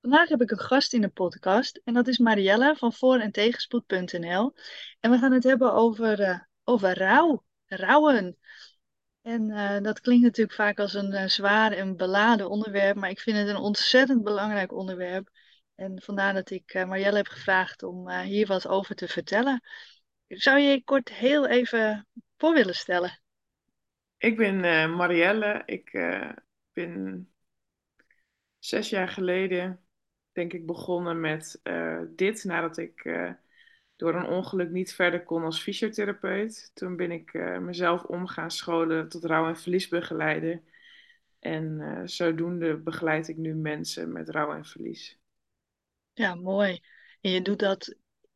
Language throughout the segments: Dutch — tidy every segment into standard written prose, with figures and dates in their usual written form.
Vandaag heb ik een gast in de podcast en dat is Marielle van voor- en tegenspoed.nl. En we gaan het hebben over rouw, rouwen. En dat klinkt natuurlijk vaak als een zwaar en beladen onderwerp, maar ik vind het een ontzettend belangrijk onderwerp. En vandaar dat ik Marielle heb gevraagd om hier wat over te vertellen. Zou je je kort heel even voor willen stellen? Ik ben Marielle. Ik ben 6 jaar geleden, denk ik, begonnen met dit. Nadat ik door een ongeluk niet verder kon als fysiotherapeut. Toen ben ik mezelf om gaan scholen tot rouw- en verliesbegeleider. En zodoende begeleid ik nu mensen met rouw en verlies. Ja, mooi. En je doet dat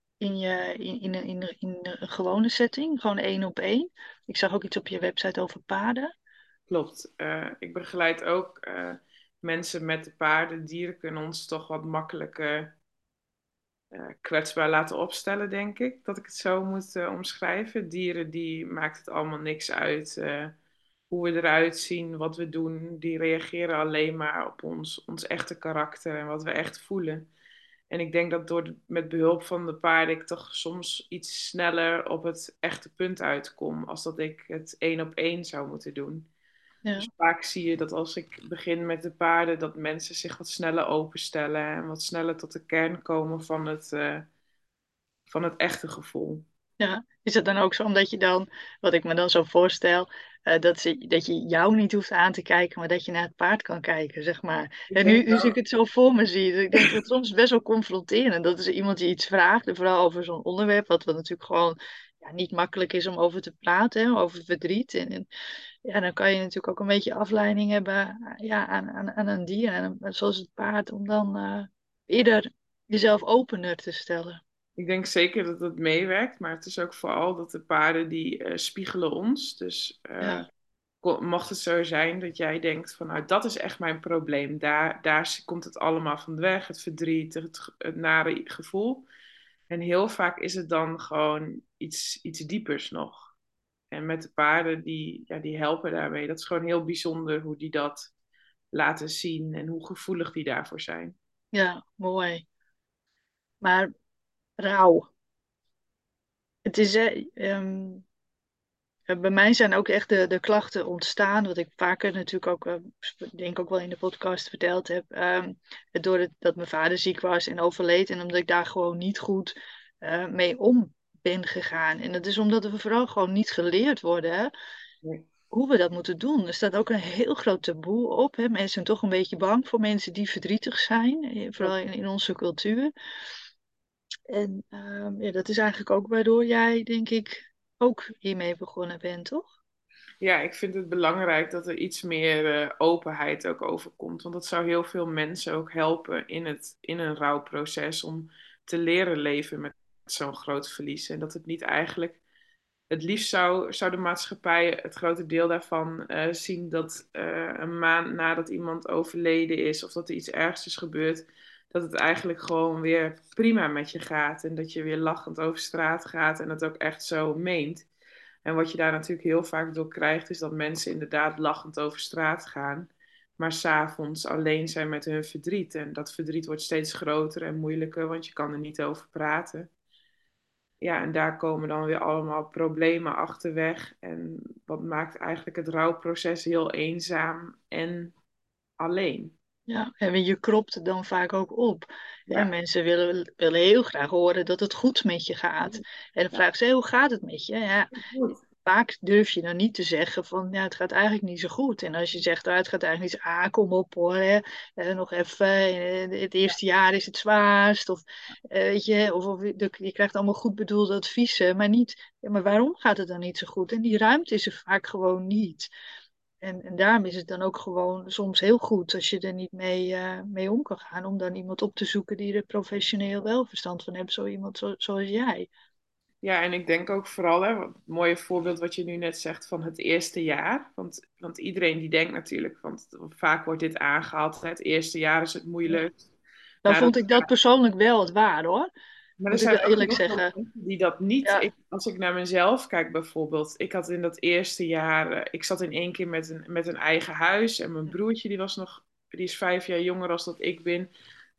in een gewone setting, gewoon één op één. Ik zag ook iets op je website over paarden. Klopt. Ik begeleid ook mensen met de paarden. Dieren kunnen ons toch wat makkelijker kwetsbaar laten opstellen, denk ik. Dat ik het zo moet omschrijven. Dieren, die maakt het allemaal niks uit hoe we eruit zien, wat we doen. Die reageren alleen maar op ons echte karakter en wat we echt voelen. En ik denk dat met behulp van de paarden ik toch soms iets sneller op het echte punt uitkom, als dat ik het één op één zou moeten doen. Ja, Dus vaak zie je dat als ik begin met de paarden, dat mensen zich wat sneller openstellen en wat sneller tot de kern komen van het echte gevoel. ja. Is het dan ook zo omdat je dan, wat ik me dan zo voorstel, dat je jou niet hoeft aan te kijken, maar dat je naar het paard kan kijken, zeg maar. Ik En denk nu zie ik wel, het zo voor me zie, ik denk dat soms best wel confronterend. Dat is iemand die iets vraagt, en vooral over zo'n onderwerp, wat natuurlijk gewoon ja, niet makkelijk is om over te praten, hè, over verdriet. En ja, dan kan je natuurlijk ook een beetje afleiding hebben ja, aan een dier, zoals het paard, om dan eerder jezelf opener te stellen. ik denk zeker dat het meewerkt, maar het is ook vooral dat de paarden die spiegelen ons. Dus Ja, mocht het zo zijn dat jij denkt van nou dat is echt mijn probleem, daar komt het allemaal van weg, het verdriet, het nare gevoel. En heel vaak is het dan gewoon iets diepers nog. En met de paarden, die helpen daarmee. Dat is gewoon heel bijzonder hoe die dat laten zien en hoe gevoelig die daarvoor zijn. ja, mooi. Maar rouw. Het is, bij mij zijn ook echt de klachten ontstaan, wat ik vaker natuurlijk ook, denk ook wel in de podcast verteld heb, dat mijn vader ziek was en overleed en omdat ik daar gewoon niet goed mee om ben gegaan. En dat is omdat we vooral gewoon niet geleerd worden, hè, Nee, hoe we dat moeten doen. Er staat ook een heel groot taboe op, hè. Mensen zijn toch een beetje bang voor mensen die verdrietig zijn, vooral klopt. in onze cultuur. En ja, dat is eigenlijk ook waardoor jij, denk ik, ook hiermee begonnen bent, toch? Ja, ik vind het belangrijk dat er iets meer openheid ook overkomt. Want dat zou heel veel mensen ook helpen in een rouwproces om te leren leven met zo'n groot verlies. En dat het niet eigenlijk. Het liefst zou de maatschappij het grote deel daarvan zien dat een maand nadat iemand overleden is of dat er iets ergs is gebeurd, dat het eigenlijk gewoon weer prima met je gaat en dat je weer lachend over straat gaat en het ook echt zo meent. En wat je daar natuurlijk heel vaak door krijgt, is dat mensen inderdaad lachend over straat gaan, maar s'avonds alleen zijn met hun verdriet. En dat verdriet wordt steeds groter en moeilijker, want je kan er niet over praten. Ja, en daar komen dan weer allemaal problemen achterweg. En wat maakt eigenlijk het rouwproces heel eenzaam en alleen. Ja, en je kropt het dan vaak ook op. Hè? Ja, Mensen willen heel graag horen dat het goed met je gaat. En dan ja, vragen ze, hoe gaat het met je? Ja, goed. vaak durf je dan niet te zeggen van, ja, het gaat eigenlijk niet zo goed. En als je zegt, het gaat eigenlijk niet zo, kom op hoor, hè. Nog even, het eerste jaar is het zwaarst. Of, weet je, je krijgt allemaal goed bedoelde adviezen, maar niet, ja, maar waarom gaat het dan niet zo goed? En die ruimte is er vaak gewoon niet. En daarom is het dan ook gewoon soms heel goed als je er niet mee om kan gaan, om dan iemand op te zoeken die er professioneel wel verstand van heeft, zo iemand zoals jij. Ja, en ik denk ook vooral, hè, wat het mooie voorbeeld wat je nu net zegt van het eerste jaar. Want iedereen die denkt natuurlijk, want vaak wordt dit aangehaald, hè, het eerste jaar is het Ja. moeilijk. Dan Nou, vond ik dat persoonlijk wel het waar hoor, maar er moet ik zijn wel ook eerlijk heel veel zeggen. mensen die dat niet. Ja, Als ik naar mezelf kijk bijvoorbeeld. Ik had in dat eerste jaar. Ik zat in één keer met een eigen huis. En mijn broertje die is 5 jaar jonger als dat ik ben.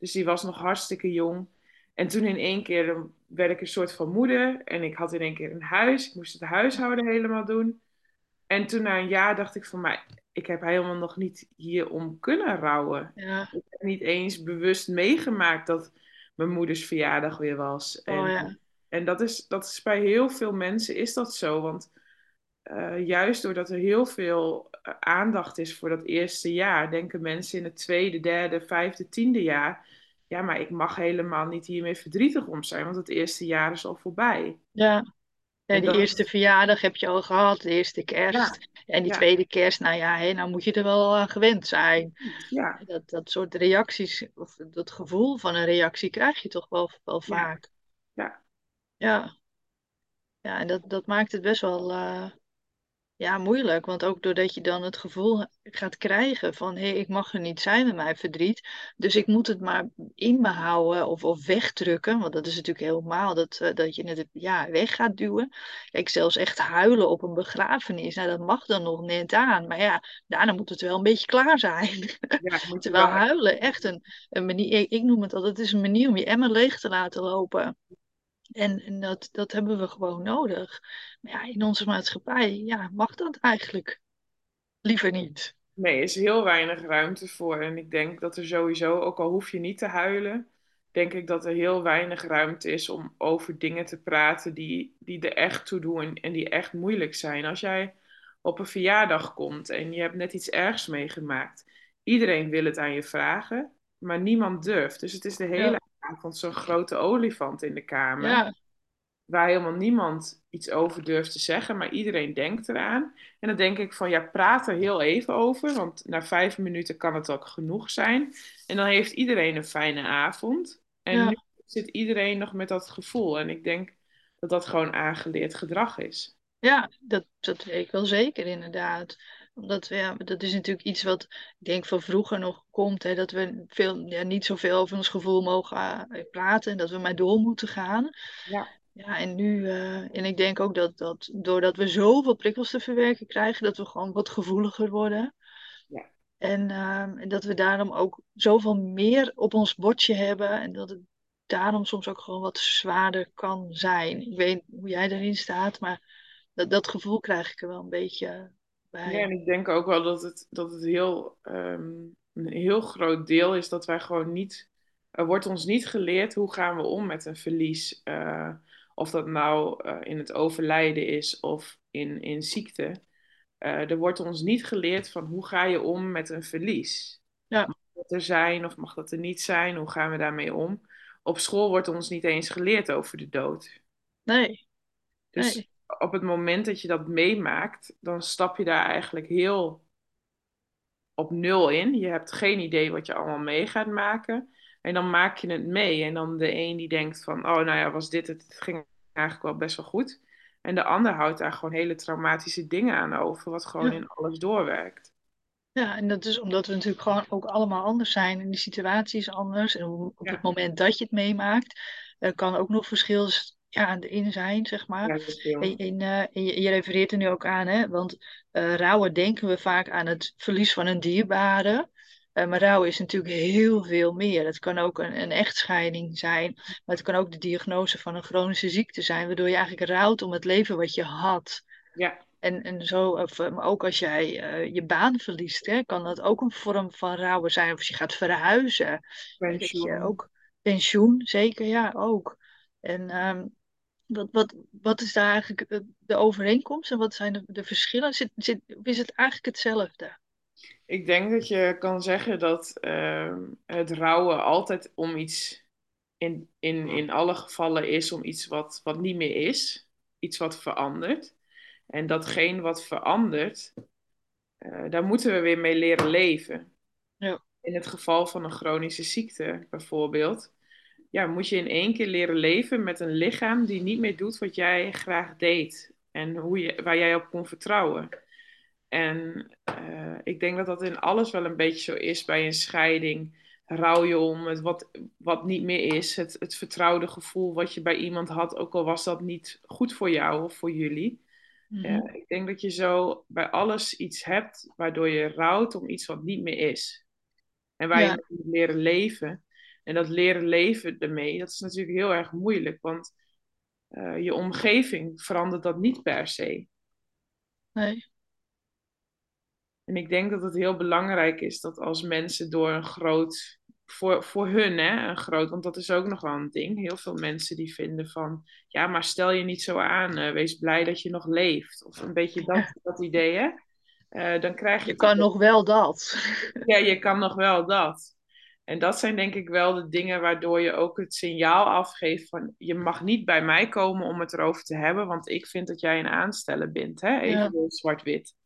Dus die was nog hartstikke jong. En toen in één keer werd ik een soort van moeder. En ik had in één keer een huis. Ik moest het huishouden helemaal doen. En toen na een jaar dacht ik van, maar ik heb helemaal nog niet hierom kunnen rouwen. Ja, Ik heb niet eens bewust meegemaakt dat mijn moeders verjaardag weer was. oh ja. En dat is bij heel veel mensen is dat zo. Want juist doordat er heel veel aandacht is voor dat eerste jaar, denken mensen in het tweede, derde, vijfde, tiende jaar, ja, maar ik mag helemaal niet hiermee verdrietig om zijn, want het eerste jaar is al voorbij. Ja. Ja, En die dat eerste is, verjaardag heb je al gehad, de eerste ja, kerst. En die ja, tweede kerst, nou ja, hé, nou moet je er wel aan gewend zijn. ja, Dat soort reacties, of dat gevoel van een reactie krijg je toch wel ja, vaak. ja. Ja, ja en dat maakt het best wel, ja, moeilijk, want ook doordat je dan het gevoel gaat krijgen van hé, ik mag er niet zijn met mijn verdriet, dus ik moet het maar in me houden of wegdrukken, want dat is natuurlijk helemaal dat je het ja, weg gaat duwen. Kijk, zelfs echt huilen op een begrafenis, nou dat mag dan nog net aan, maar ja, daarna moet het wel een beetje klaar zijn. Ja, moet je Terwijl wel echt. huilen echt een manier, ik noem het altijd, het is een manier om je emmer leeg te laten lopen. En dat hebben we gewoon nodig. Maar ja, in onze maatschappij, ja, mag dat eigenlijk liever niet. Nee, er is heel weinig ruimte voor. En ik denk dat er sowieso, ook al hoef je niet te huilen, denk ik dat er heel weinig ruimte is om over dingen te praten die er echt toe doen en die echt moeilijk zijn. Als jij op een verjaardag komt en je hebt net iets ergs meegemaakt, iedereen wil het aan je vragen, maar niemand durft. Dus het is de Ja, hele avond zo'n grote olifant in de kamer ja, waar helemaal niemand iets over durft te zeggen, maar iedereen denkt eraan. En dan denk ik van ja, praat er heel even over, want na 5 minuten kan het ook genoeg zijn. En dan heeft iedereen een fijne avond. En ja. nu zit iedereen nog met dat gevoel. En ik denk dat dat gewoon aangeleerd gedrag is. Ja, dat weet ik wel zeker, inderdaad. Omdat, ja, dat is natuurlijk iets wat ik denk van vroeger nog komt, hè, dat we ja, niet zoveel over ons gevoel mogen praten en dat we maar door moeten gaan. Ja, Ja, en nu, en ik denk ook dat doordat we zoveel prikkels te verwerken krijgen, dat we gewoon wat gevoeliger worden. ja. En dat we daarom ook zoveel meer op ons bordje hebben en dat het daarom soms ook gewoon wat zwaarder kan zijn. Ik weet niet hoe jij erin staat, maar dat gevoel krijg ik er wel een beetje Ja, en bij. ik denk ook wel dat het heel, een heel groot deel is dat wij gewoon niet. Er wordt ons niet geleerd hoe gaan we om met een verlies. Of dat nou in het overlijden is of in ziekte. Er wordt ons niet geleerd van hoe ga je om met een verlies. Ja, Mag dat er zijn of mag dat er niet zijn? Hoe gaan we daarmee om? Op school wordt ons niet eens geleerd over de dood. nee, Dus nee. op het moment dat je dat meemaakt, dan stap je daar eigenlijk heel op nul in. Je hebt geen idee wat je allemaal mee gaat maken. En dan maak je het mee. En dan de een die denkt van, oh nou ja, was dit het? Het ging eigenlijk wel best wel goed. En de ander houdt daar gewoon hele traumatische dingen aan over, wat gewoon Ja. in alles doorwerkt. Ja, en dat is omdat we natuurlijk gewoon ook allemaal anders zijn en de situatie is anders. En op het Ja, moment dat je het meemaakt, kan ook nog verschil ja, erin zijn, zeg ja, maar. heel veel. En je refereert er nu ook aan, hè? Want rouwen denken we vaak aan het verlies van een dierbare. Maar rouwen is natuurlijk heel veel meer. Het kan ook een echtscheiding zijn, maar het kan ook de diagnose van een chronische ziekte zijn, waardoor je eigenlijk rouwt om het leven wat je had. Ja, En zo, maar ook als jij je baan verliest, hè, kan dat ook een vorm van rouwen zijn. Of als je gaat verhuizen, hè, dat je pensioen. ook pensioen, zeker, ja, ook. En wat is daar eigenlijk de overeenkomst en wat zijn de verschillen? Of is het eigenlijk hetzelfde? Ik denk dat je kan zeggen dat het rouwen altijd om iets in alle gevallen is om iets wat niet meer is, iets wat verandert. En datgene wat verandert, daar moeten we weer mee leren leven. Ja. In het geval van een chronische ziekte bijvoorbeeld, ja, moet je in één keer leren leven met een lichaam die niet meer doet wat jij graag deed en waar jij op kon vertrouwen. En ik denk dat dat in alles wel een beetje zo is bij een scheiding. Rouw je om het wat niet meer is, het vertrouwde gevoel wat je bij iemand had, ook al was dat niet goed voor jou of voor jullie. Mhm. Ik denk dat je zo bij alles iets hebt waardoor je rouwt om iets wat niet meer is. En waar je Ja, mee moet leren leven. En dat leren leven ermee, dat is natuurlijk heel erg moeilijk, want je omgeving verandert dat niet per se. Nee. En ik denk dat het heel belangrijk is dat als mensen door een groot, voor hun hè, een groot, want dat is ook nog wel een ding. Heel veel mensen die vinden van, ja, maar stel je niet zo aan, wees blij dat je nog leeft. Of een beetje dat idee, hè. Dan krijg je Je het kan idee, nog wel dat. ja, je kan nog wel dat. En dat zijn denk ik wel de dingen waardoor je ook het signaal afgeeft van, je mag niet bij mij komen om het erover te hebben, want ik vind dat jij een aansteller bent, hè. Even Ja, heel zwart-wit.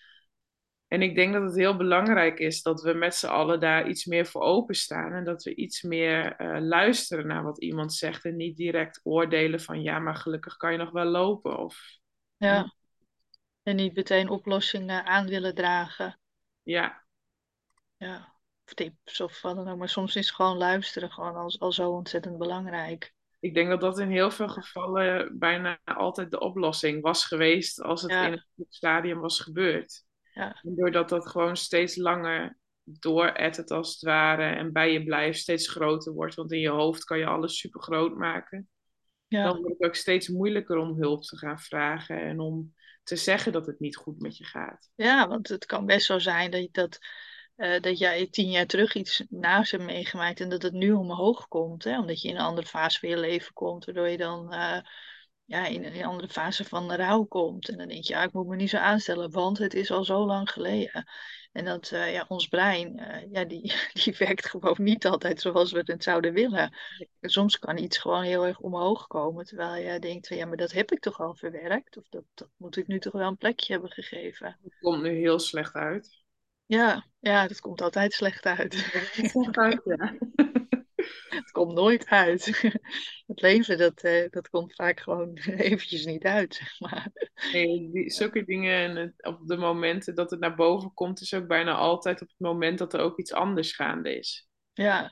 En ik denk dat het heel belangrijk is dat we met z'n allen daar iets meer voor openstaan. En dat we iets meer luisteren naar wat iemand zegt. En niet direct oordelen van ja, maar gelukkig kan je nog wel lopen. Of ja. En niet meteen oplossingen aan willen dragen. ja, Ja. Of tips of wat dan ook. Maar soms is gewoon luisteren gewoon al zo ontzettend belangrijk. ik denk dat dat in heel veel gevallen bijna altijd de oplossing was geweest als het in Ja, een goed stadium was gebeurd. ja, En doordat dat gewoon steeds langer doorettert als het ware en bij je blijft, steeds groter wordt. Want in je hoofd kan je alles super groot maken. Dan ja. wordt het ook steeds moeilijker om hulp te gaan vragen en om te zeggen dat het niet goed met je gaat. Ja, want het kan best zo zijn dat jij 10 jaar terug iets naast hebt meegemaakt en dat het nu omhoog komt. Hè? Omdat je in een andere fase van je leven komt, waardoor je dan ja, in een andere fase van de rouw komt. En dan denk je, ja, ik moet me niet zo aanstellen, want het is al zo lang geleden. En dat ja, ons brein, ja, die werkt gewoon niet altijd zoals we het zouden willen. En soms kan iets gewoon heel erg omhoog komen, terwijl je denkt van ja, maar dat heb ik toch al verwerkt? Of dat moet ik nu toch wel een plekje hebben gegeven? Het komt nu heel slecht uit. Ja, ja, dat komt altijd slecht uit. Slecht uit, ja. Het komt nooit uit. Het leven, dat komt vaak gewoon eventjes niet uit, zeg maar. Nee, zulke dingen en op de momenten dat het naar boven komt, is ook bijna altijd op het moment dat er ook iets anders gaande is. Ja,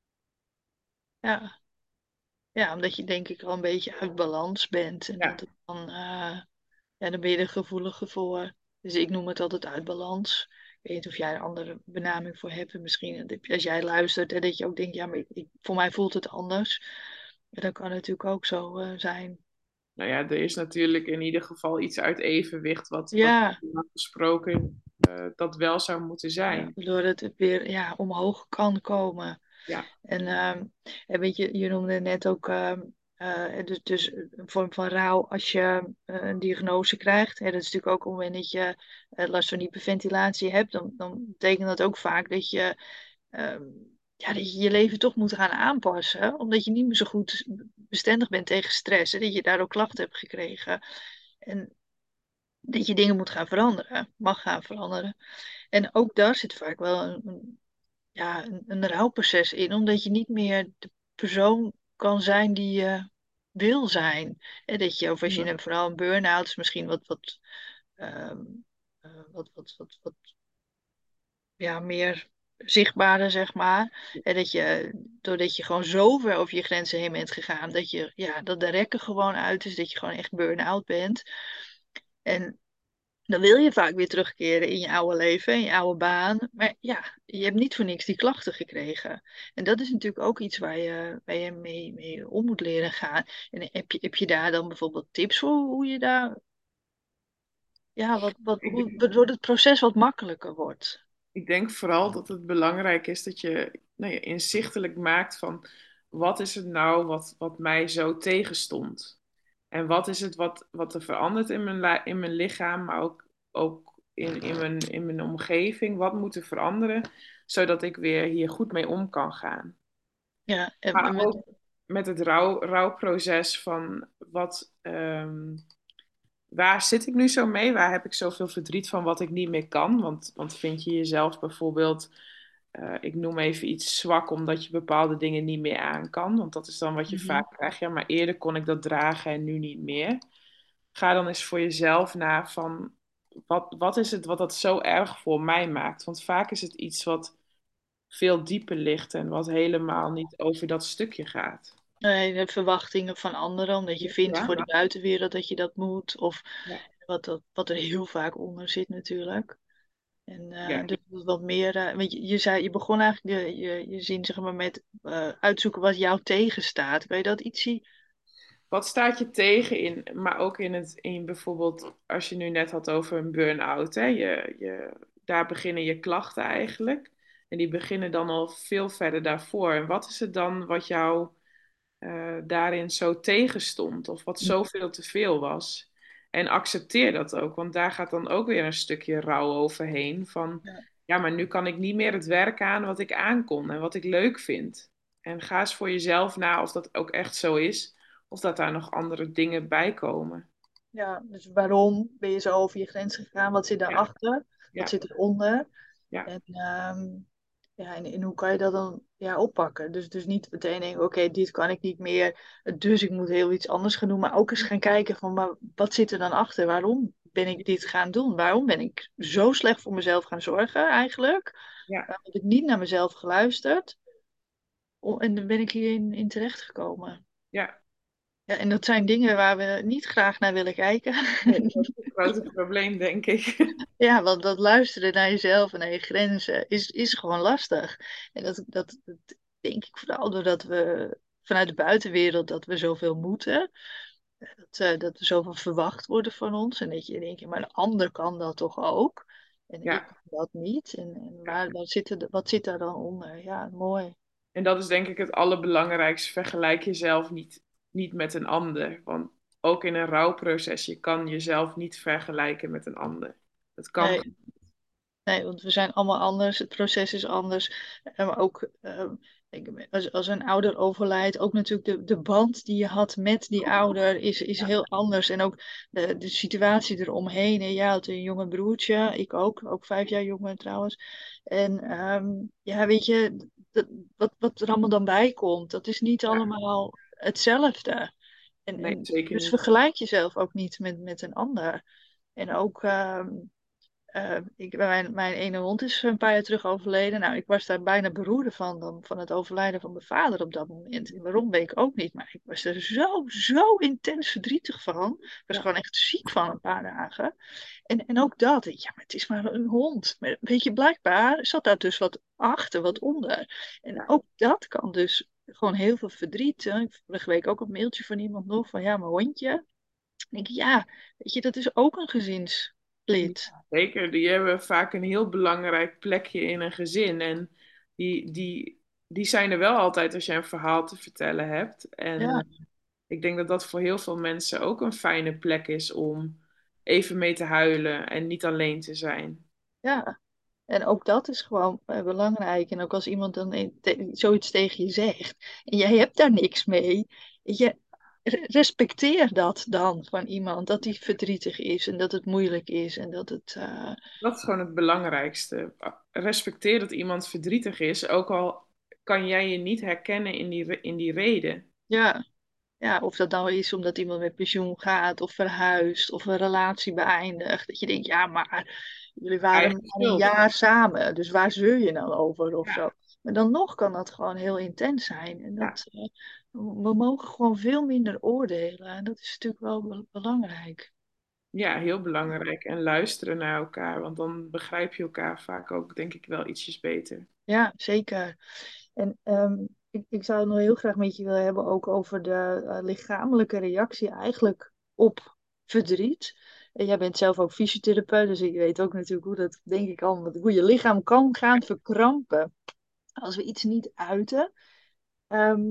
ja. Ja, omdat je denk ik wel een beetje uit balans bent. En dat Ja, het dan, ja, dan ben je er gevoeliger voor. Dus ik noem het altijd uit balans. Ik weet niet of jij er een andere benaming voor hebt. En misschien als jij luistert en dat je ook denkt, ja, maar voor mij voelt het anders. Ja, dat kan natuurlijk ook zo zijn. nou ja, er is natuurlijk in ieder geval iets uit evenwicht wat Ja, normaal gesproken dat wel zou moeten ja, zijn. waardoor het weer ja, omhoog kan komen. Ja, En weet je, je noemde net ook dus een vorm van rouw als je een diagnose krijgt. Hè, dat is natuurlijk ook op het moment dat je last van hyperventilatie hebt, dan betekent dat ook vaak dat je, ehm, ja, dat je je leven toch moet gaan aanpassen, omdat je niet meer zo goed bestendig bent tegen stress. Hè, dat je daardoor klachten hebt gekregen. En dat je dingen moet gaan veranderen, mag gaan veranderen. En ook daar zit vaak wel ja, een rouwproces in, omdat je niet meer de persoon kan zijn die je wil zijn. En dat je, of als je vooral een burn-out is, misschien ehm, wat ja, meer zichtbaarder, zeg maar. En dat je, doordat je gewoon zo ver over je grenzen heen bent gegaan, dat je, ja, dat de rekker gewoon uit is, dat je gewoon echt burn-out bent. En dan wil je vaak weer terugkeren in je oude leven, in je oude baan. Maar ja, je hebt niet voor niks die klachten gekregen. En dat is natuurlijk ook iets waar je mee om moet leren gaan. En heb je daar dan bijvoorbeeld tips voor hoe je daar, ja, waardoor het proces wat makkelijker wordt? ik denk vooral dat het belangrijk is dat je, nou ja, inzichtelijk maakt van wat is het nou wat mij zo tegenstond. En wat is het wat er verandert in in mijn lichaam, maar ook in mijn omgeving. Wat moet er veranderen, zodat ik weer hier goed mee om kan gaan. Ja, Maar ook met het rouwproces van waar zit ik nu zo mee? Waar heb ik zoveel verdriet van wat ik niet meer kan? Want vind je jezelf bijvoorbeeld, ik noem even iets zwak omdat je bepaalde dingen niet meer aan kan? Want dat is dan wat je mhm. vaak krijgt. Ja, maar eerder kon ik dat dragen en nu niet meer. Ga dan eens voor jezelf na van wat is het wat dat zo erg voor mij maakt? Want vaak is het iets wat veel dieper ligt en wat helemaal niet over dat stukje gaat. De verwachtingen van anderen, omdat je vindt Ja, voor de buitenwereld dat je dat moet. Of ja. wat er heel vaak onder zit natuurlijk. En Ja. dus wat meer, weet je, je begon eigenlijk je zin zeg maar met uitzoeken wat jou tegenstaat. Kan je dat iets zien? Wat staat je tegen in, maar ook in bijvoorbeeld, als je nu net had over een burn-out, hè? Daar beginnen je klachten eigenlijk. En die beginnen dan al veel verder daarvoor. En wat is het dan wat jou daarin zo tegenstond? Of wat zoveel te veel was? En accepteer dat ook, want daar gaat dan ook weer een stukje rouw overheen. Van, Ja, ja, maar nu kan ik niet meer het werk aan wat ik aankon en wat ik leuk vind. En ga eens voor jezelf na of dat ook echt zo is. Of dat daar nog andere dingen bij komen. ja, dus waarom ben je zo over je grens gegaan? Wat zit Ja, daarachter? Wat ja, zit eronder? ja, En, ja, en hoe kan je dat dan ja, oppakken? Dus niet meteen denken, oké, dit kan ik niet meer, dus ik moet heel iets anders gaan doen. Maar ook eens gaan kijken van, maar wat zit er dan achter? Waarom ben ik dit gaan doen? Waarom ben ik zo slecht voor mezelf gaan zorgen eigenlijk? ja, Heb ik niet naar mezelf geluisterd? En dan ben ik hierin terechtgekomen. ja. Ja, en dat zijn dingen waar we niet graag naar willen kijken. Nee, dat is het grote probleem, denk ik. Ja, want dat luisteren naar jezelf en naar je grenzen is gewoon lastig. En dat denk ik vooral doordat we vanuit de buitenwereld dat we zoveel moeten. Dat er zoveel verwacht worden van ons. En dat je denkt, maar de ander kan dat toch ook? En ik Ja, kan dat niet. En ja. wat zit daar dan onder? Ja, mooi. En dat is denk ik het allerbelangrijkste. Vergelijk jezelf niet met een ander. Want ook in een rouwproces, je kan jezelf niet vergelijken met een ander. Dat kan. Nee, nee, want we zijn allemaal anders, het proces is anders. Maar ook als een ouder overlijdt, ook natuurlijk de band die je had met die ouder is heel anders. En ook de situatie eromheen. En jij had een jonge broertje, ik ook 5 jaar jonger trouwens. En ja, weet je, dat, wat er allemaal dan bij komt, dat is niet Ja, allemaal hetzelfde. nee, En zeker dus niet. vergelijk jezelf ook niet met een ander. En ook. Mijn ene hond is een paar jaar terug overleden. Nou, ik was daar bijna beroerder van het overlijden van mijn vader op dat moment. En waarom weet ik ook niet, maar ik was er zo intens verdrietig van. Ik was Ja, gewoon echt ziek van een paar dagen. En ook dat, ja, maar het is maar een hond. Maar weet je, blijkbaar zat daar dus wat achter, wat onder. En ja, ook dat kan dus gewoon heel veel verdriet. Hè. Vorige week ook een mailtje van iemand nog van, ja, mijn hondje. Dan denk ik, ja, weet je, dat is ook een gezinslid. zeker. Die hebben vaak een heel belangrijk plekje in een gezin. En die zijn er wel altijd als je een verhaal te vertellen hebt. En Ja. ik denk dat dat voor heel veel mensen ook een fijne plek is om even mee te huilen en niet alleen te zijn. Ja, en ook dat is gewoon belangrijk. En ook als iemand dan zoiets tegen je zegt en jij hebt daar niks mee, je respecteer dat dan van iemand, dat die verdrietig is en dat het moeilijk is en dat het, Dat is gewoon het belangrijkste. Respecteer dat iemand verdrietig is, ook al kan jij je niet herkennen in die reden. ja, ja, of dat nou is omdat iemand met pensioen gaat of verhuist of een relatie beëindigt. Dat je denkt, ja, maar jullie waren Eigen maar een schuld. jaar samen, dus waar zeur je nou over of Ja, zo. Maar dan nog kan dat gewoon heel intens zijn. En ja. we mogen gewoon veel minder oordelen. En dat is natuurlijk wel belangrijk. Ja, heel belangrijk. En luisteren naar elkaar, want dan begrijp je elkaar vaak ook, denk ik, wel ietsjes beter. Ja, zeker. En ik zou het nog heel graag met je willen hebben ook over de lichamelijke reactie eigenlijk op verdriet. En jij bent zelf ook fysiotherapeut, dus je weet ook natuurlijk hoe dat, denk ik, allemaal, hoe je lichaam kan gaan verkrampen als we iets niet uiten. Ehm,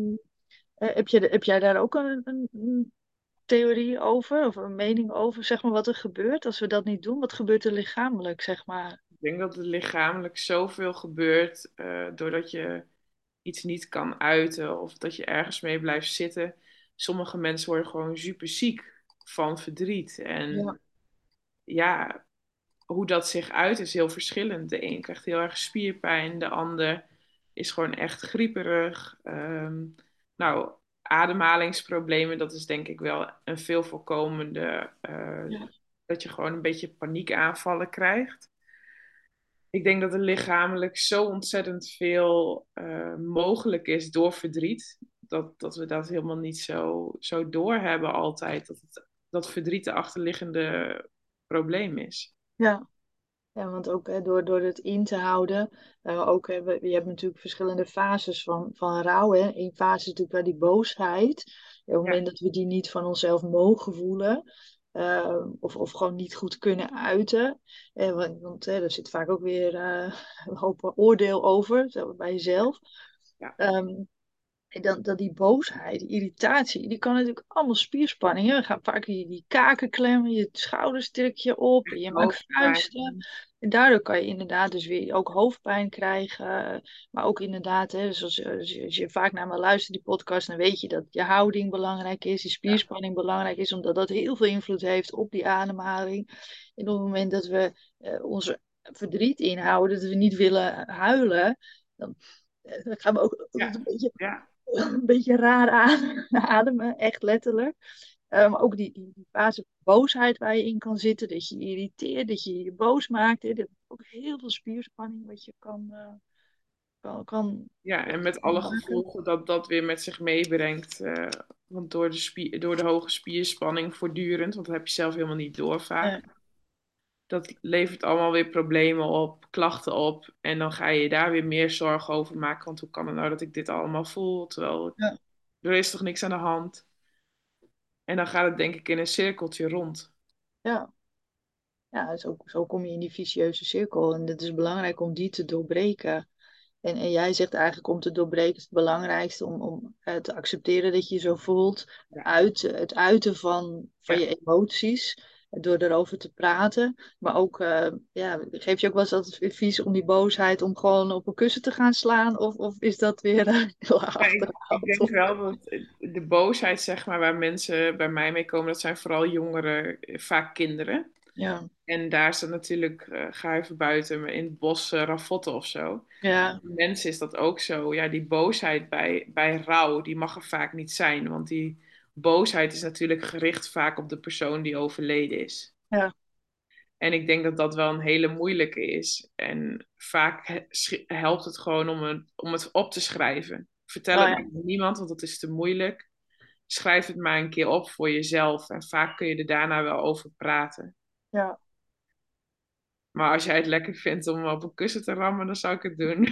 heb jij daar ook een theorie over, of een mening over, zeg maar, wat er gebeurt als we dat niet doen? Wat gebeurt er lichamelijk, zeg maar? Ik denk dat er lichamelijk zoveel gebeurt, doordat je iets niet kan uiten of dat je ergens mee blijft zitten. Sommige mensen worden gewoon super ziek van verdriet. En Ja, ja, hoe dat zich uit is heel verschillend. De een krijgt heel erg spierpijn, de ander is gewoon echt grieperig. Nou, ademhalingsproblemen, dat is denk ik wel een veel voorkomende, ja, dat je gewoon een beetje paniekaanvallen krijgt. Ik denk dat er lichamelijk zo ontzettend veel mogelijk is door verdriet. Dat we dat helemaal niet zo doorhebben altijd. Dat verdriet de achterliggende probleem is. ja. Ja, want ook door het in te houden, ook, je hebt natuurlijk verschillende fases van rouw. Hè. Eén fase is natuurlijk wel die boosheid. Op het Ja, moment dat we die niet van onszelf mogen voelen, of gewoon niet goed kunnen uiten. Want er zit vaak ook weer een hoop oordeel over, zo bij jezelf. ja, Ehm, en dan die boosheid, die irritatie, die kan natuurlijk allemaal spierspanningen. We gaan vaak die kaken klemmen, je schouders trek je op, en je maakt vuisten. hoofdpijn. En daardoor kan je inderdaad dus weer ook hoofdpijn krijgen. Maar ook inderdaad, hè, zoals, als je vaak naar me luistert, die podcast, dan weet je dat je houding belangrijk is, die Ja, spierspanning belangrijk is, omdat dat heel veel invloed heeft op die ademhaling. En op het moment dat we onze verdriet inhouden, dat we niet willen huilen, dan, dan gaan we ook altijd ja, een beetje ja. een beetje raar ademen, echt letterlijk. Maar ook die fase van boosheid waar je in kan zitten, dat je je irriteert, dat je je boos maakt. Hè. Dat is ook heel veel spierspanning wat je kan Ja, en met alle maken. gevolgen dat dat weer met zich meebrengt. Want door de hoge spierspanning voortdurend, want dat heb je zelf helemaal niet door Ja, vaak. Dat levert allemaal weer problemen op, klachten op. En dan ga je je daar weer meer zorgen over maken. Want hoe kan het nou dat ik dit allemaal voel? Terwijl ja, er is toch niks aan de hand? En dan gaat het denk ik in een cirkeltje rond. ja. Ja, zo kom je in die vicieuze cirkel. En het is belangrijk om die te doorbreken. En jij zegt eigenlijk om te doorbreken is het belangrijkste om te accepteren dat je je zo voelt. Ja, Het uiten van ja. je emoties. Door erover te praten. Maar ook, ja, geef je ook wel eens advies om die boosheid om gewoon op een kussen te gaan slaan? Of is dat weer heel erg Ja, ik achterhaald? denk wel dat de boosheid, zeg maar, waar mensen bij mij mee komen, dat zijn vooral jongeren, vaak kinderen. Ja, En daar is het natuurlijk, ga even buiten, maar in het bos ravotten of zo. ja, Voor mensen is dat ook zo. Ja, die boosheid bij rouw, die mag er vaak niet zijn. Want die boosheid is natuurlijk gericht vaak op de persoon die overleden is. ja. En ik denk dat dat wel een hele moeilijke is. En vaak helpt het gewoon om het op te schrijven. Vertel Oh het ja, niet aan niemand, want dat is te moeilijk. Schrijf het maar een keer op voor jezelf. En vaak kun je er daarna wel over praten. ja. Maar als jij het lekker vindt om op een kussen te rammen, dan zou ik het doen.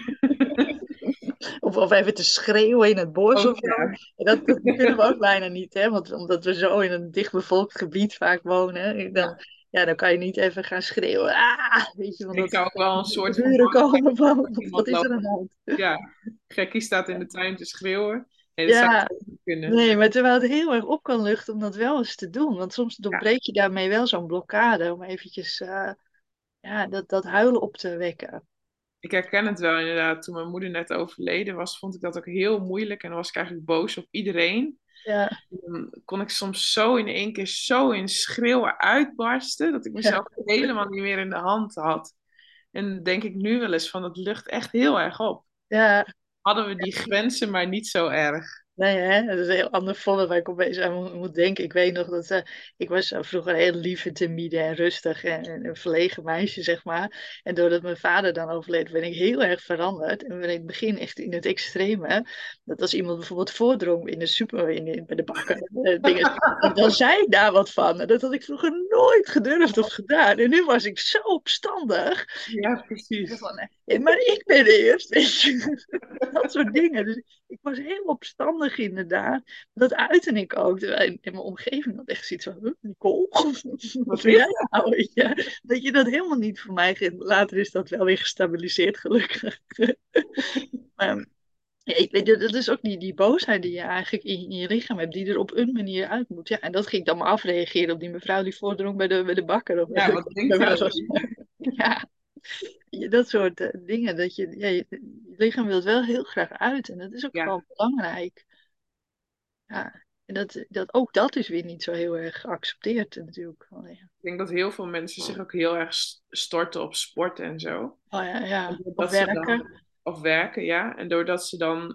Of even te schreeuwen in het bos Ook of zo. ja. En dat kunnen we ook bijna niet, hè? Want omdat we zo in een dichtbevolkt gebied vaak wonen, hè, dan, Ja. ja, dan kan je niet even gaan schreeuwen. Ah, weet je, want Ik dat zou ook wel een de soort van buren bang zijn komen van, dat wat iemand is er aan loopt. de hand? Ja, gekkie staat in de tuin te schreeuwen. Nee, dat zou ik Ja, ook niet kunnen. nee, maar terwijl het heel erg op kan luchten om dat wel eens te doen. Want soms Ja. doorbreek je daarmee wel zo'n blokkade om eventjes ja, dat huilen op te wekken. Ik herken het wel inderdaad. Toen mijn moeder net overleden was, vond ik dat ook heel moeilijk. En dan was ik eigenlijk boos op iedereen. Ja, Dan kon ik soms zo in één keer zo in schreeuwen uitbarsten, dat ik ja, mezelf helemaal niet meer in de hand had. En dan denk ik nu wel eens van, het lucht echt heel erg op. ja. Hadden we die grenzen maar niet zo erg. Nee, hè? Dat is een heel ander voorbeeld waar ik opeens aan moet denken. Ik weet nog dat ik was vroeger heel lief en timide en rustig en een verlegen meisje, zeg maar. En doordat mijn vader dan overleed, ben ik heel erg veranderd. En ben ik in het begin echt in het extreme. Dat als iemand bijvoorbeeld voordrong in de super, bij de bakker, dingen, dan zei ik daar wat van. En dat had ik vroeger nooit gedurfd of gedaan. En nu was ik zo opstandig. Ja, precies. Van, maar ik ben eerst, weet je. Dat soort dingen. Dus ik was heel opstandig inderdaad. Dat uitte ik ook. Terwijl in mijn omgeving had echt zoiets van, "Huh, Nicole, wat Wat doe is jij nou?" Weet je? Dat je dat helemaal niet voor mij ging. Later is dat wel weer gestabiliseerd, gelukkig. Maar ja, ik weet, dat is ook die boosheid die je eigenlijk in je lichaam hebt, die er op een manier uit moet. Ja, en dat ging ik dan maar afreageren op die mevrouw die voordrong bij de bakker. Of Ja, welke, wat denkt bij hij wijze wel van niet? ja, dat soort dingen. Dat je lichaam wil het wel heel graag uit. En dat is ook Ja, gewoon belangrijk. Ja, en ook dat is weer niet zo heel erg geaccepteerd natuurlijk. Oh ja, ik denk dat heel veel mensen zich ook heel erg storten op sport en zo. oh, ja, En ja. Of doordat ze dan, werken. of werken, ja. En doordat ze dan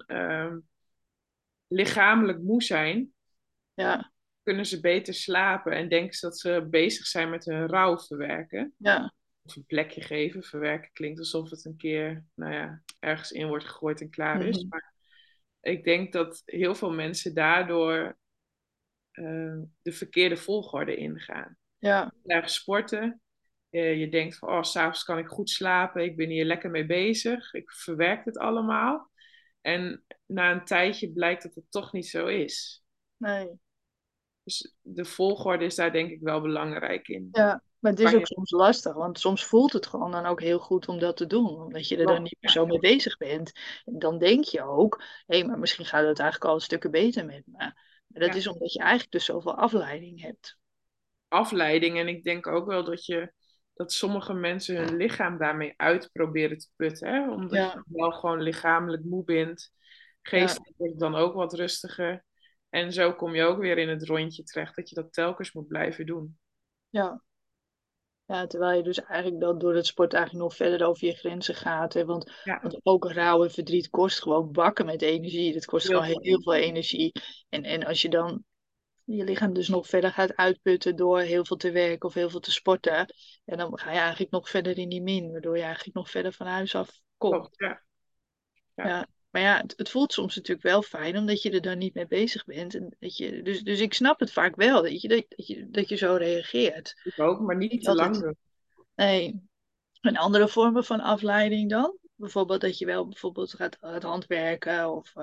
lichamelijk moe zijn, Ja, kunnen ze beter slapen en denken ze dat ze bezig zijn met hun rouw verwerken. ja. Of een plekje geven. Verwerken klinkt alsof het een keer, nou ja, ergens in wordt gegooid en klaar is. Mhm. Maar ik denk dat heel veel mensen daardoor de verkeerde volgorde ingaan. Ja, Erg sporten, Je denkt van, oh, s'avonds kan ik goed slapen. Ik ben hier lekker mee bezig. Ik verwerk het allemaal. En na een tijdje blijkt dat het toch niet zo is. Nee. Dus de volgorde is daar denk ik wel belangrijk in. Ja, maar het is Waar ook je soms lastig, want soms voelt het gewoon dan ook heel goed om dat te doen, omdat je er dan klopt, niet meer ja, zo mee bezig bent. En dan denk je ook, hé, maar misschien gaat het eigenlijk al een stukken beter met me. Maar dat ja, is omdat je eigenlijk dus zoveel afleiding hebt. afleiding. En ik denk ook wel dat sommige mensen hun lichaam daarmee uit proberen te putten. Hè? Omdat je Ja, wel gewoon lichamelijk moe bent. ja, Geestelijk wordt het dan ook wat rustiger. En zo kom je ook weer in het rondje terecht dat je dat telkens moet blijven doen. ja. Ja, terwijl je dus eigenlijk dan door het sport eigenlijk nog verder over je grenzen gaat. Hè? Ja, Want ook rouw en verdriet kost gewoon bakken met energie. Dat kost heel gewoon veel heel veel energie. energie. En als je dan je lichaam dus nog verder gaat uitputten door heel veel te werken of heel veel te sporten. En dan ga je eigenlijk nog verder in die min, waardoor je eigenlijk nog verder van huis af komt. Klopt, ja. Ja. Ja. Maar ja, het voelt soms natuurlijk wel fijn, omdat je er dan niet mee bezig bent. En dus ik snap het vaak wel, dat je zo reageert. Ik ook, maar niet Niet te lang altijd. doen. Nee. En andere vormen van afleiding dan? Bijvoorbeeld dat je wel bijvoorbeeld gaat handwerken of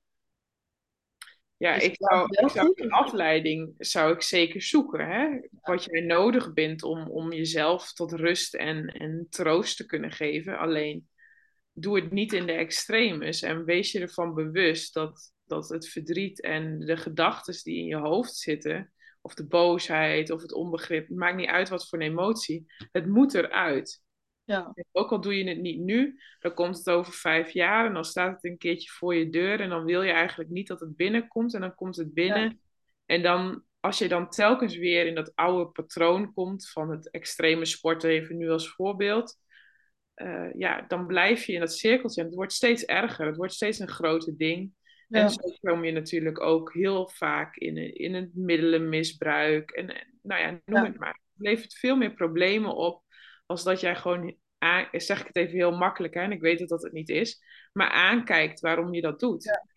Ja, is het dan wel ik zou goed? die afleiding zou ik zeker zoeken. Hè? Wat jij nodig bent om jezelf tot rust en troost te kunnen geven. Alleen doe het niet in de extremes en wees je ervan bewust dat het verdriet en de gedachten die in je hoofd zitten, of de boosheid of het onbegrip, het maakt niet uit wat voor een emotie, het moet eruit. Ja, Ook al doe je het niet nu, dan komt het over 5 jaar en dan staat het een keertje voor je deur en dan wil je eigenlijk niet dat het binnenkomt en dan komt het ja, binnen. En dan, als je dan telkens weer in dat oude patroon komt van het extreme sporten, even nu als voorbeeld, ja, dan blijf je in dat cirkeltje en het wordt steeds erger, het wordt steeds een groter ding. En ja, zo kom je natuurlijk ook heel vaak in het middelenmisbruik en nou ja, noem ja, het maar. Het levert veel meer problemen op als dat jij gewoon, zeg ik het even heel makkelijk, hè, en ik weet dat dat het niet is, maar aankijkt waarom je dat doet. ja.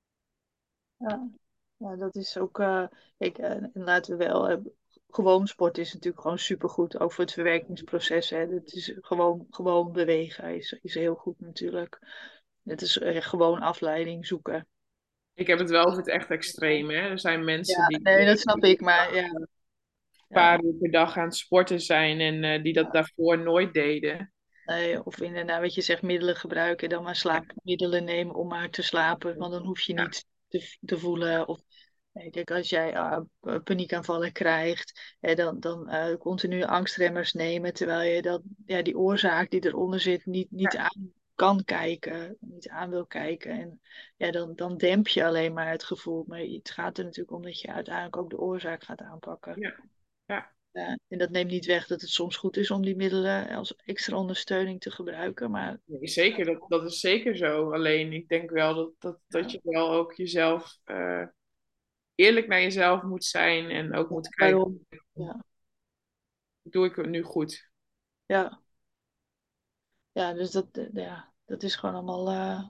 Ja, ja, dat is ook. En laten we wel. Gewoon sport is natuurlijk gewoon supergoed, ook voor het verwerkingsproces. Hè. Dat is gewoon bewegen is heel goed natuurlijk. Het is gewoon afleiding zoeken. Ik heb het wel over het echt extreme. Hè. Er zijn mensen Ja, nee, dat snap ik, maar een ja, ja, paar uur per dag aan het sporten zijn en die dat ja. daarvoor nooit deden. Nee, of inderdaad, wat je zegt, middelen gebruiken, dan maar Ja, slaapmiddelen nemen om maar te slapen, want dan hoef je ja, niet te voelen. Of nee, kijk, als jij paniekaanvallen krijgt, dan continu angstremmers nemen, terwijl je dan, ja, die oorzaak die eronder zit niet ja, aan kan kijken, niet aan wil kijken. En ja, dan demp je alleen maar het gevoel. Maar het gaat er natuurlijk om dat je uiteindelijk ook de oorzaak gaat aanpakken. ja, ja. Ja, en dat neemt niet weg dat het soms goed is om die middelen als extra ondersteuning te gebruiken. Maar Nee, zeker, dat is zeker zo. Alleen ik denk wel dat ja, je wel ook jezelf eerlijk naar jezelf moet zijn en ook moet kijken, daarom. Ja, doe ik het nu goed? ja, ja, dus dat is gewoon allemaal.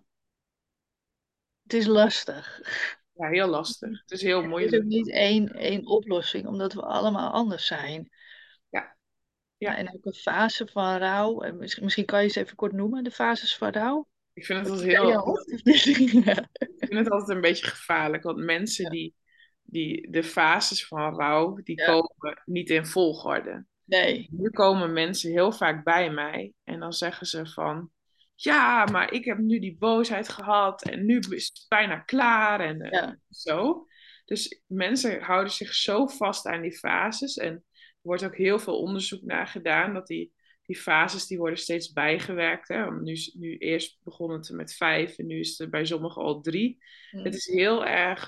Het is lastig. Ja, heel lastig. Het is heel Er is ook moeilijk. niet één oplossing, omdat we allemaal anders zijn. Ja, Ja, ja. en ook een fase van rouw. En misschien kan je ze even kort noemen, de fases van rouw. Ik vind het Heb altijd je bij je heel, hoofd? Of niet? Ja. ik vind het altijd een beetje gevaarlijk, want mensen die de fases van rouw, die Ja, komen niet in volgorde. nee. Nu komen mensen heel vaak bij mij en dan zeggen ze van, ja, maar ik heb nu die boosheid gehad en nu is het bijna klaar en Ja, zo. Dus mensen houden zich zo vast aan die fases en er wordt ook heel veel onderzoek naar gedaan dat die fases die worden steeds bijgewerkt. Hè? Want nu eerst begon het met 5 en nu is het bij sommigen al 3. Het hm, is heel erg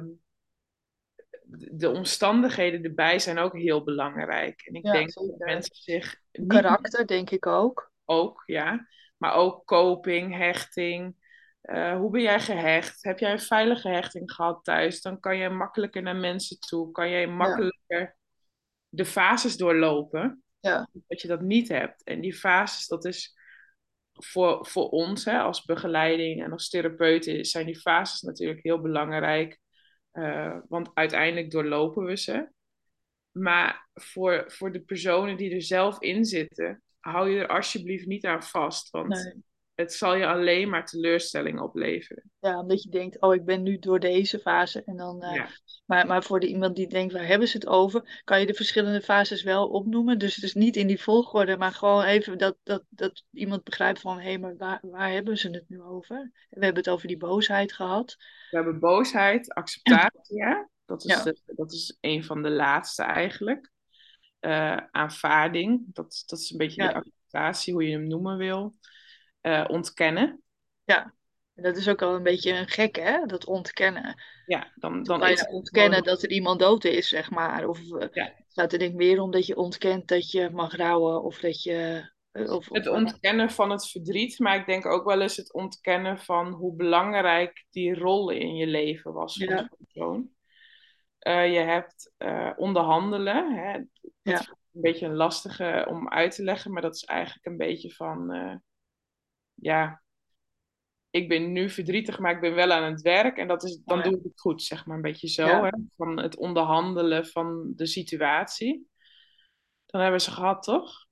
de omstandigheden erbij zijn ook heel belangrijk. En ik ja, denk dat zeker. mensen zich niet Karakter, denk ik ook. ook, ja, maar ook coping, hechting. Hoe ben jij gehecht? Heb jij een veilige hechting gehad thuis? Dan kan je makkelijker naar mensen toe. Kan jij Ja, makkelijker de fases doorlopen. ja, Dat je dat niet hebt. En die fases, dat is voor ons hè, als begeleiding en als therapeuten, zijn die fases natuurlijk heel belangrijk. Want uiteindelijk doorlopen we ze. Maar voor de personen die er zelf in zitten, hou je er alsjeblieft niet aan vast. Want Nee. het zal je alleen maar teleurstelling opleveren. Ja, omdat je denkt, oh, ik ben nu door deze fase. En dan, Ja. maar voor iemand die denkt, waar hebben ze het over? Kan je de verschillende fases wel opnoemen? Dus niet in die volgorde, maar gewoon even dat iemand begrijpt van, hé, maar waar hebben ze het nu over? We hebben het over die boosheid gehad. We hebben boosheid, acceptatie, hè? Ja, Dat is een van de laatste eigenlijk. Aanvaarding, dat is een beetje die ja, acceptatie, hoe je hem noemen wil. Ontkennen. ja. En dat is ook al een beetje een gek, hè? Dat ontkennen. Ja, Hoe dan kan je is nou het ontkennen gewoon. dat er iemand dood is, zeg maar? Of Ja, het gaat er denk ik meer om dat je ontkent dat je mag rouwen of dat je... het ontkennen van het verdriet, maar ik denk ook wel eens het ontkennen van hoe belangrijk die rol in je leven was van ja, zo'n persoon. Je hebt onderhandelen, hè? Dat ja, is een beetje een lastige om uit te leggen, maar dat is eigenlijk een beetje van, ja, ik ben nu verdrietig, maar ik ben wel aan het werk en oh, dan ja, doe ik het goed, zeg maar, een beetje zo, ja, hè? Van het onderhandelen van de situatie. Dan hebben we ze gehad, toch?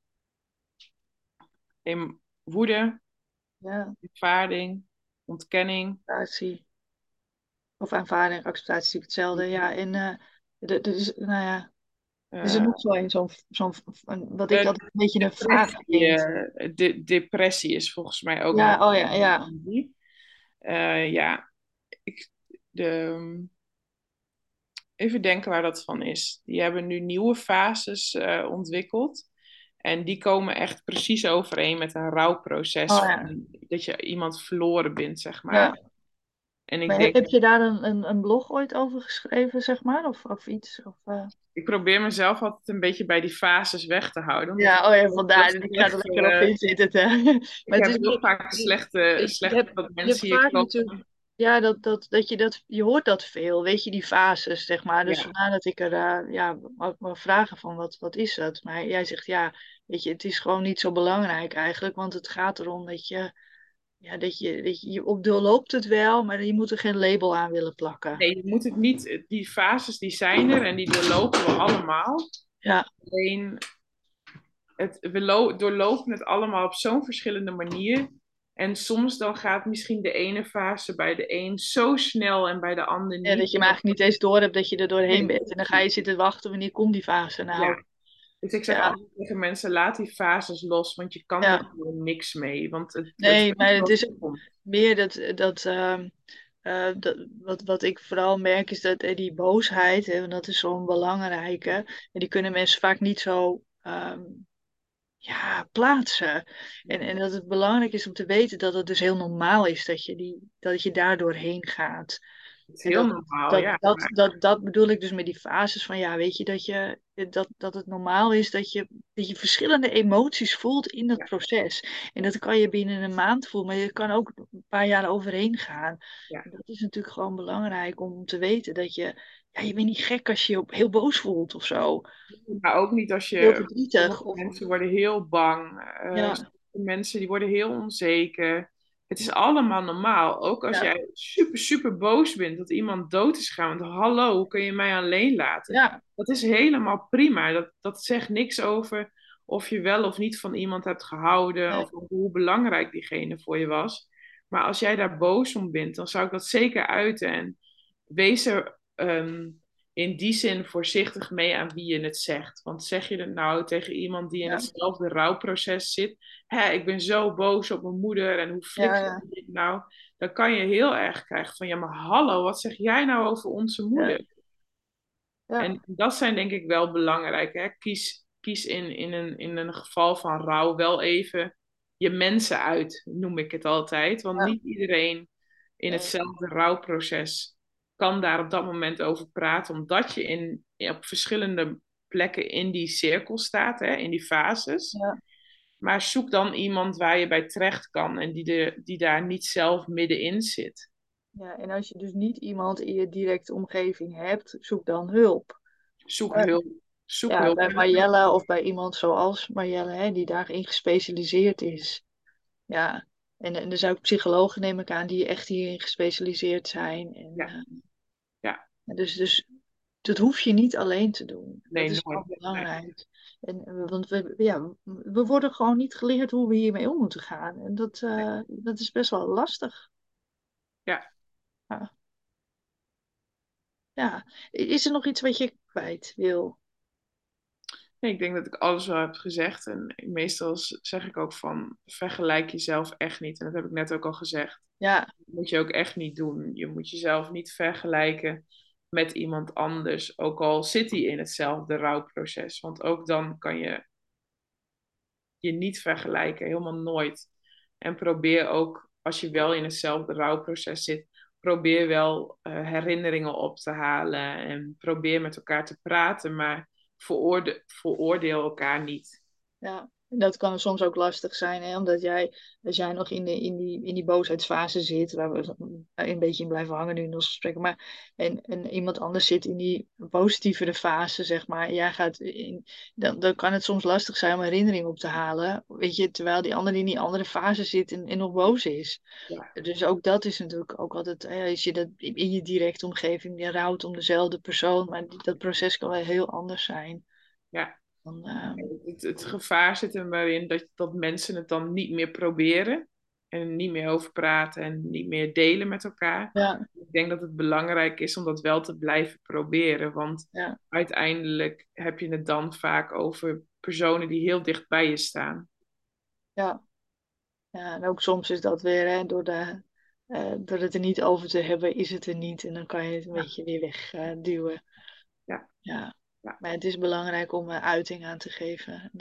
In woede, ja, aanvaarding, ontkenning. acceptatie. Of aanvaarding, acceptatie is hetzelfde. Ja, en er is, nou ja, is er eh, nog zo een, wat ik altijd een beetje een vraag Depressie, vind. depressie is volgens mij ook nog Ja, oh ja, ja, die. Ja, ik, de, even denken waar dat van is. Die hebben nu nieuwe fases ontwikkeld. En die komen echt precies overeen met een oh rouwproces. ja, Dat je iemand verloren bent, zeg ja. maar. En ik Maar denk, heb je daar een blog ooit over geschreven, zeg maar? Of iets? Of, ik probeer mezelf altijd een beetje bij die fases weg te houden. Omdat ik ja, oh ja, heel vandaar. Ik ga er slecht, lekker op in zitten. ik Maar het heb is heel meer, vaak je slecht hebt, dat je hebt mensen hier vaak natuurlijk, komen. ja, je hoort dat veel, weet je, die fases, zeg maar. Dus Ja. vandaar dat ik er, ja, ook wel vragen van, wat is dat? Maar jij zegt, ja, weet je, het is gewoon niet zo belangrijk eigenlijk, want het gaat erom dat je, ja, je op doorloopt het wel, maar je moet er geen label aan willen plakken. Nee, je moet het niet. Die fases die zijn er en die doorlopen we allemaal. Ja, Alleen, doorlopen het allemaal op zo'n verschillende manier. En soms dan gaat misschien de ene fase bij de een zo snel en bij de ander ja, dat niet. je hem eigenlijk niet eens door hebt dat je er doorheen Nee, bent. En dan ga je zitten wachten, wanneer komt die fase nou? ja. Dus ik zeg Ja, altijd tegen mensen, laat die fases los, want je kan er ja. gewoon niks mee. Want het Nee, komt maar het zoals is het komt. meer wat ik vooral merk is dat die boosheid, hè, want dat is zo'n belangrijke, en die kunnen mensen vaak niet zo ja, plaatsen. En dat het belangrijk is om te weten dat het dus heel normaal is dat je daar doorheen gaat. Het is En heel normaal, ja. dat bedoel ik dus met die fases van ja, weet je, dat het normaal is dat je verschillende emoties voelt in dat Ja, proces. En dat kan je binnen een maand voelen, maar je kan ook een paar jaar overheen gaan. ja. En dat is natuurlijk gewoon belangrijk om te weten ja, je bent niet gek als je je heel boos voelt of zo. Maar ook niet als Heel je. verdrietig. Sommige mensen worden heel bang. Ja, Sommige mensen die worden heel onzeker. Het is allemaal normaal. Ook als ja, jij super, super boos bent dat iemand dood is gegaan. Want hallo, hoe kun je mij alleen laten? ja, Dat is helemaal prima. Dat zegt niks over of je wel of niet van iemand hebt gehouden. nee, Of hoe belangrijk diegene voor je was. Maar als jij daar boos om bent, dan zou ik dat zeker uiten. En wees er in die zin voorzichtig mee aan wie je het zegt. Want zeg je het nou tegen iemand die in ja, hetzelfde rouwproces zit, hè, ik ben zo boos op mijn moeder en hoe flik ja, je ja, dit nou? Dan kan je heel erg krijgen van, ja maar hallo, wat zeg jij nou over onze ja, moeder? ja, En dat zijn denk ik wel belangrijk. Hè? Kies in een geval van rouw wel even je mensen uit, noem ik het altijd. Want ja, niet iedereen in nee, hetzelfde rouwproces kan daar op dat moment over praten, omdat je op verschillende plekken in die cirkel staat, hè, in die fases. ja. Maar zoek dan iemand waar je bij terecht kan en die daar niet zelf middenin zit. Ja, en als je dus niet iemand in je directe omgeving hebt, zoek dan hulp. Zoek Eh, hulp. Zoek ja, hulp. bij Marjelle of bij iemand zoals Marjelle, hè, die daarin gespecialiseerd is. Ja, en er zijn ook psychologen, neem ik aan, die echt hierin gespecialiseerd zijn. En, Ja, ja. dus dat hoef je niet alleen te doen. Dat Nee, is nooit. wel Nee. belangrijk. Want we worden gewoon niet geleerd hoe we hiermee om moeten gaan. En dat is best wel lastig. Ja. Ja. Ja. Is er nog iets wat je kwijt wil? Nee, ik denk dat ik alles wel heb gezegd. En meestal zeg ik ook van, vergelijk jezelf echt niet. En dat heb ik net ook al gezegd. Ja, Dat moet je ook echt niet doen. Je moet jezelf niet vergelijken met iemand anders. Ook al zit hij in hetzelfde rouwproces. Want ook dan kan je je niet vergelijken. Helemaal nooit. En probeer ook, als je wel in hetzelfde rouwproces zit, probeer wel herinneringen op te halen. En probeer met elkaar te praten. Maar veroordeel elkaar niet. ja. En dat kan soms ook lastig zijn, hè? Omdat als jij nog in die boosheidsfase zit, waar we een beetje in blijven hangen nu in ons gesprek, maar en iemand anders zit in die positievere fase, zeg maar, en jij dan kan het soms lastig zijn om herinneringen op te halen, weet je, terwijl die ander in die andere fase zit en nog boos is. Ja, Dus ook dat is natuurlijk ook altijd, hè, als je dat in je directe omgeving, je rouwt om dezelfde persoon, maar dat proces kan wel heel anders zijn. ja. Dan, Het gevaar zit er maar in dat mensen het dan niet meer proberen en er niet meer over praten en niet meer delen met elkaar. ja. Ik denk dat het belangrijk is om dat wel te blijven proberen, want Ja, uiteindelijk heb je het dan vaak over personen die heel dicht bij je staan. ja, ja, en ook soms is dat weer, hè, door het er niet over te hebben, is het er niet. En dan kan je het een Ja, beetje weer wegduwen. ja, Ja, ja, maar het is belangrijk om uiting aan te geven.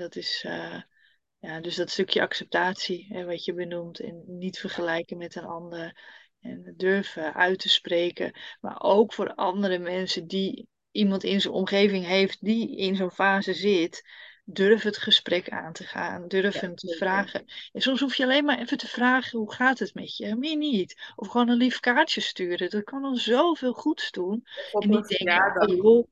Ja, dus dat stukje acceptatie, hè, wat je benoemt, en niet vergelijken met een ander. En durven uit te spreken. Maar ook voor andere mensen die iemand in zijn omgeving heeft die in zo'n fase zit. Durf het gesprek aan te gaan. Durf ja, hem te zeker. vragen. En soms hoef je alleen maar even te vragen: hoe gaat het met je? Meer niet. Of gewoon een lief kaartje sturen. Dat kan al zoveel goeds doen. Of En op een niet denken: oh verjaardag. joh,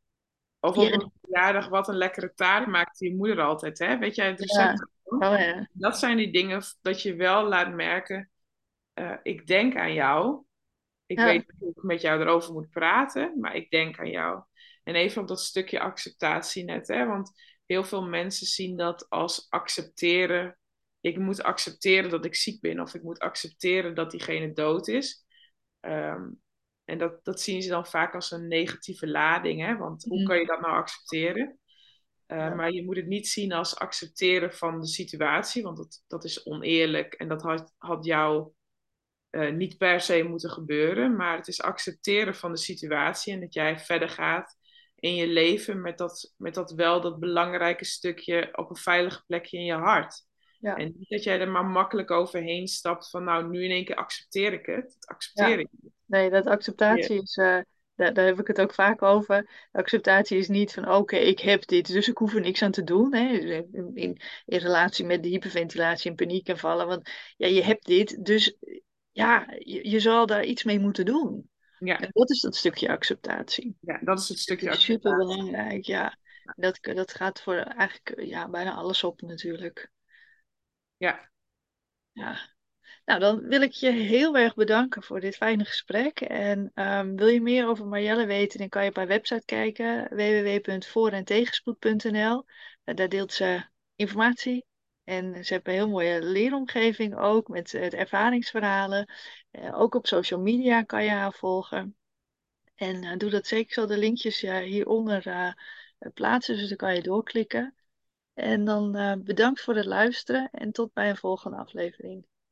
Of op ja, een verjaardag, wat een lekkere taart maakt je moeder altijd, hè? Weet jij het ja, recept gewoon? oh ja, Dat zijn die dingen dat je wel laat merken, ik denk aan jou. Ik ja, weet niet hoe ik met jou erover moet praten, maar ik denk aan jou. En even op dat stukje acceptatie net, hè? Want heel veel mensen zien dat als accepteren. Ik moet accepteren dat ik ziek ben, of ik moet accepteren dat diegene dood is. Ehm, en dat zien ze dan vaak als een negatieve lading, hè? Want hoe kan je mm, dat nou accepteren? ja, Maar je moet het niet zien als accepteren van de situatie, want dat is oneerlijk en dat had jou niet per se moeten gebeuren, maar het is accepteren van de situatie en dat jij verder gaat in je leven met dat wel dat belangrijke stukje op een veilig plekje in je hart. ja. En niet dat jij er maar makkelijk overheen stapt van nou, nu in één keer accepteer ik het. Dat accepteer Ja, ik niet. nee, dat Ja, acceptatie is, daar heb ik het ook vaak over. Acceptatie is niet van, oké, ik heb dit, dus ik hoef er niks aan te doen. Hè? In relatie met de hyperventilatie en paniek en vallen. Want ja, je hebt dit, dus ja, je zal daar iets mee moeten doen. ja, En dat is dat stukje acceptatie. ja, dat is het Het stukje is super acceptatie. belangrijk, ja. Dat gaat voor eigenlijk ja, bijna alles op natuurlijk. Ja, Ja. Nou, dan wil ik je heel erg bedanken voor dit fijne gesprek. En wil je meer over Marjelle weten, dan kan je op haar website kijken, www.voorentegenspoed.nl. Daar deelt ze informatie. En ze heeft een heel mooie leeromgeving ook, met ervaringsverhalen. Ook op social media kan je haar volgen. En doe dat zeker. Ik zal de linkjes hieronder plaatsen, dus dan kan je doorklikken. En dan bedankt voor het luisteren en tot bij een volgende aflevering.